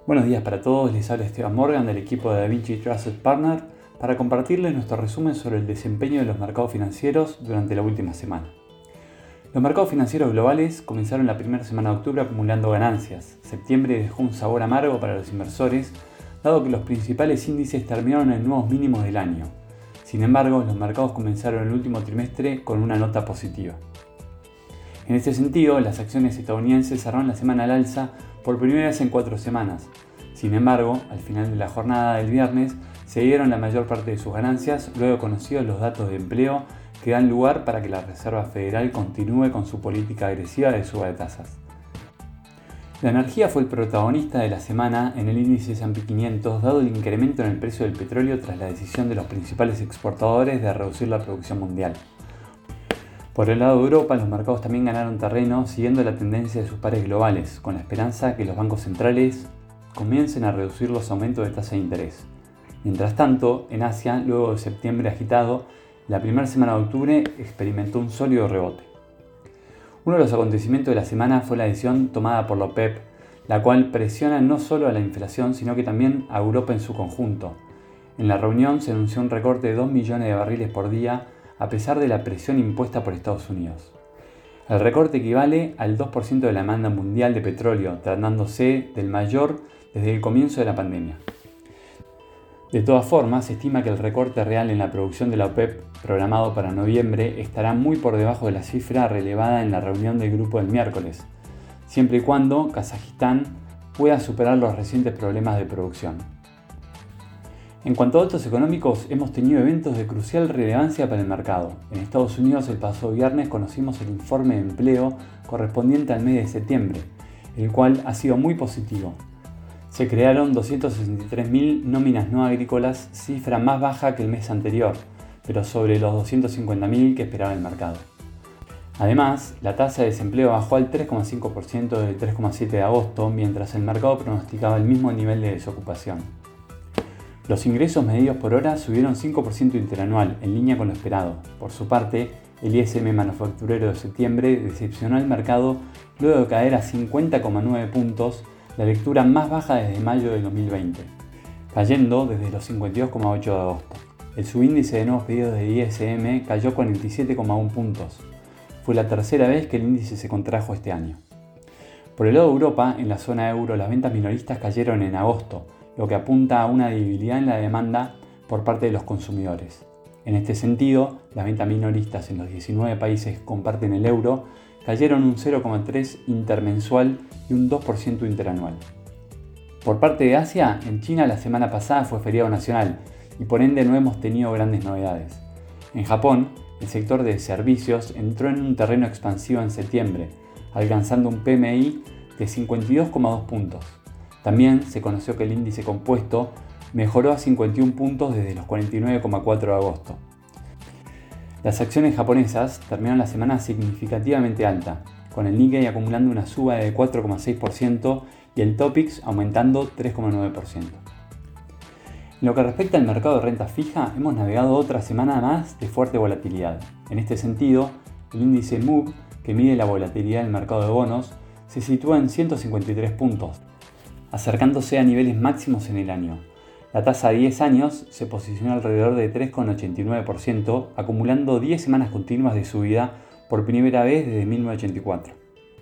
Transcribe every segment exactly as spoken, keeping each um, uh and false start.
Buenos días para todos, les habla Esteban Morgan del equipo de DaVinci Trusted Partner para compartirles nuestro resumen sobre el desempeño de los mercados financieros durante la última semana. Los mercados financieros globales comenzaron la primera semana de octubre acumulando ganancias. Septiembre dejó un sabor amargo para los inversores, dado que los principales índices terminaron en nuevos mínimos del año. Sin embargo, los mercados comenzaron el último trimestre con una nota positiva. En este sentido, las acciones estadounidenses cerraron la semana al alza por primera vez en cuatro semanas. Sin embargo, al final de la jornada del viernes, se dieron la mayor parte de sus ganancias luego conocidos los datos de empleo que dan lugar para que la Reserva Federal continúe con su política agresiva de suba de tasas. La energía fue el protagonista de la semana en el índice ese and pe quinientos, dado el incremento en el precio del petróleo tras la decisión de los principales exportadores de reducir la producción mundial. Por el lado de Europa, los mercados también ganaron terreno siguiendo la tendencia de sus pares globales, con la esperanza que los bancos centrales comiencen a reducir los aumentos de tasa de interés. Mientras tanto, en Asia, luego de septiembre agitado, la primera semana de octubre experimentó un sólido rebote. Uno de los acontecimientos de la semana fue la decisión tomada por la OPEP, la cual presiona no solo a la inflación, sino que también a Europa en su conjunto. En la reunión se anunció un recorte de dos millones de barriles por día, a pesar de la presión impuesta por Estados Unidos. El recorte equivale al dos por ciento de la demanda mundial de petróleo, tratándose del mayor desde el comienzo de la pandemia. De todas formas, se estima que el recorte real en la producción de la OPEP, programado para noviembre, estará muy por debajo de la cifra relevada en la reunión del grupo del miércoles, siempre y cuando Kazajistán pueda superar los recientes problemas de producción. En cuanto a datos económicos, hemos tenido eventos de crucial relevancia para el mercado. En Estados Unidos, el pasado viernes conocimos el informe de empleo correspondiente al mes de septiembre, el cual ha sido muy positivo. Se crearon doscientas sesenta y tres mil nóminas no agrícolas, cifra más baja que el mes anterior, pero sobre los doscientas cincuenta mil que esperaba el mercado. Además, la tasa de desempleo bajó al tres coma cinco por ciento desde el tres coma siete por ciento de agosto, mientras el mercado pronosticaba el mismo nivel de desocupación. Los ingresos medidos por hora subieron cinco por ciento interanual, en línea con lo esperado. Por su parte, el I S M manufacturero de septiembre decepcionó al mercado luego de caer a cincuenta coma nueve puntos, la lectura más baja desde mayo de dos mil veinte, cayendo desde los cincuenta y dos coma ocho de agosto. El subíndice de nuevos pedidos de I S M cayó cuarenta y siete coma uno puntos. Fue la tercera vez que el índice se contrajo este año. Por el lado de Europa, en la zona euro, las ventas minoristas cayeron en agosto, lo que apunta a una debilidad en la demanda por parte de los consumidores. En este sentido, las ventas minoristas en los diecinueve países que comparten el euro cayeron un cero coma tres por ciento intermensual y un dos por ciento interanual. Por parte de Asia, en China la semana pasada fue feriado nacional y por ende no hemos tenido grandes novedades. En Japón, el sector de servicios entró en un terreno expansivo en septiembre, alcanzando un P M I de cincuenta y dos coma dos puntos. También se conoció que el índice compuesto mejoró a cincuenta y uno puntos desde los cuarenta y nueve coma cuatro de agosto. Las acciones japonesas terminaron la semana significativamente alta, con el Nikkei acumulando una suba de cuatro coma seis por ciento y el Topix aumentando tres coma nueve por ciento. En lo que respecta al mercado de renta fija, hemos navegado otra semana más de fuerte volatilidad. En este sentido, el índice M U B, que mide la volatilidad del mercado de bonos, se sitúa en ciento cincuenta y tres puntos, acercándose a niveles máximos en el año. La tasa a diez años se posicionó alrededor de tres coma ochenta y nueve por ciento, acumulando diez semanas continuas de subida por primera vez desde mil novecientos ochenta y cuatro.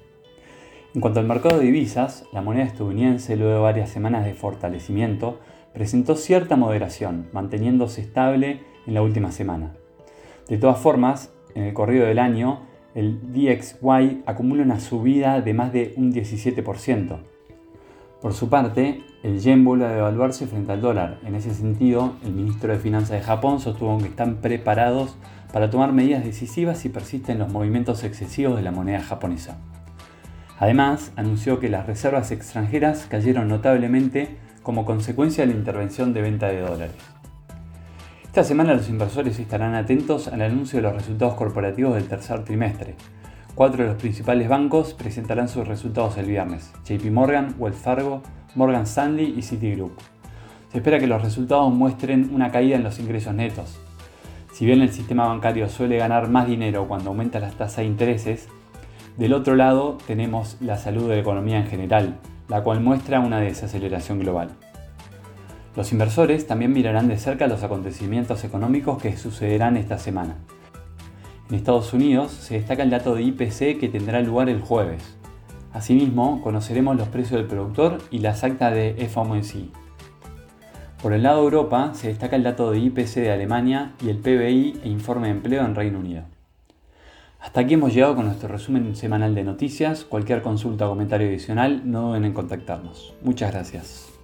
En cuanto al mercado de divisas, la moneda estadounidense, luego de varias semanas de fortalecimiento, presentó cierta moderación, manteniéndose estable en la última semana. De todas formas, en el corrido del año, el D X Y acumula una subida de más de un diecisiete por ciento. Por su parte, el yen vuelve a devaluarse frente al dólar. En ese sentido, el ministro de Finanzas de Japón sostuvo que están preparados para tomar medidas decisivas si persisten los movimientos excesivos de la moneda japonesa. Además, anunció que las reservas extranjeras cayeron notablemente como consecuencia de la intervención de venta de dólares. Esta semana los inversores estarán atentos al anuncio de los resultados corporativos del tercer trimestre. Cuatro de los principales bancos presentarán sus resultados el viernes: J P Morgan, Wells Fargo, Morgan Stanley y Citigroup. Se espera que los resultados muestren una caída en los ingresos netos. Si bien el sistema bancario suele ganar más dinero cuando aumenta las tasas de intereses, del otro lado tenemos la salud de la economía en general, la cual muestra una desaceleración global. Los inversores también mirarán de cerca los acontecimientos económicos que sucederán esta semana. En Estados Unidos se destaca el dato de I P C que tendrá lugar el jueves. Asimismo, conoceremos los precios del productor y las actas de F O M C. Por el lado de Europa, se destaca el dato de I P C de Alemania y el P B I e informe de empleo en Reino Unido. Hasta aquí hemos llegado con nuestro resumen semanal de noticias. Cualquier consulta o comentario adicional, no duden en contactarnos. Muchas gracias.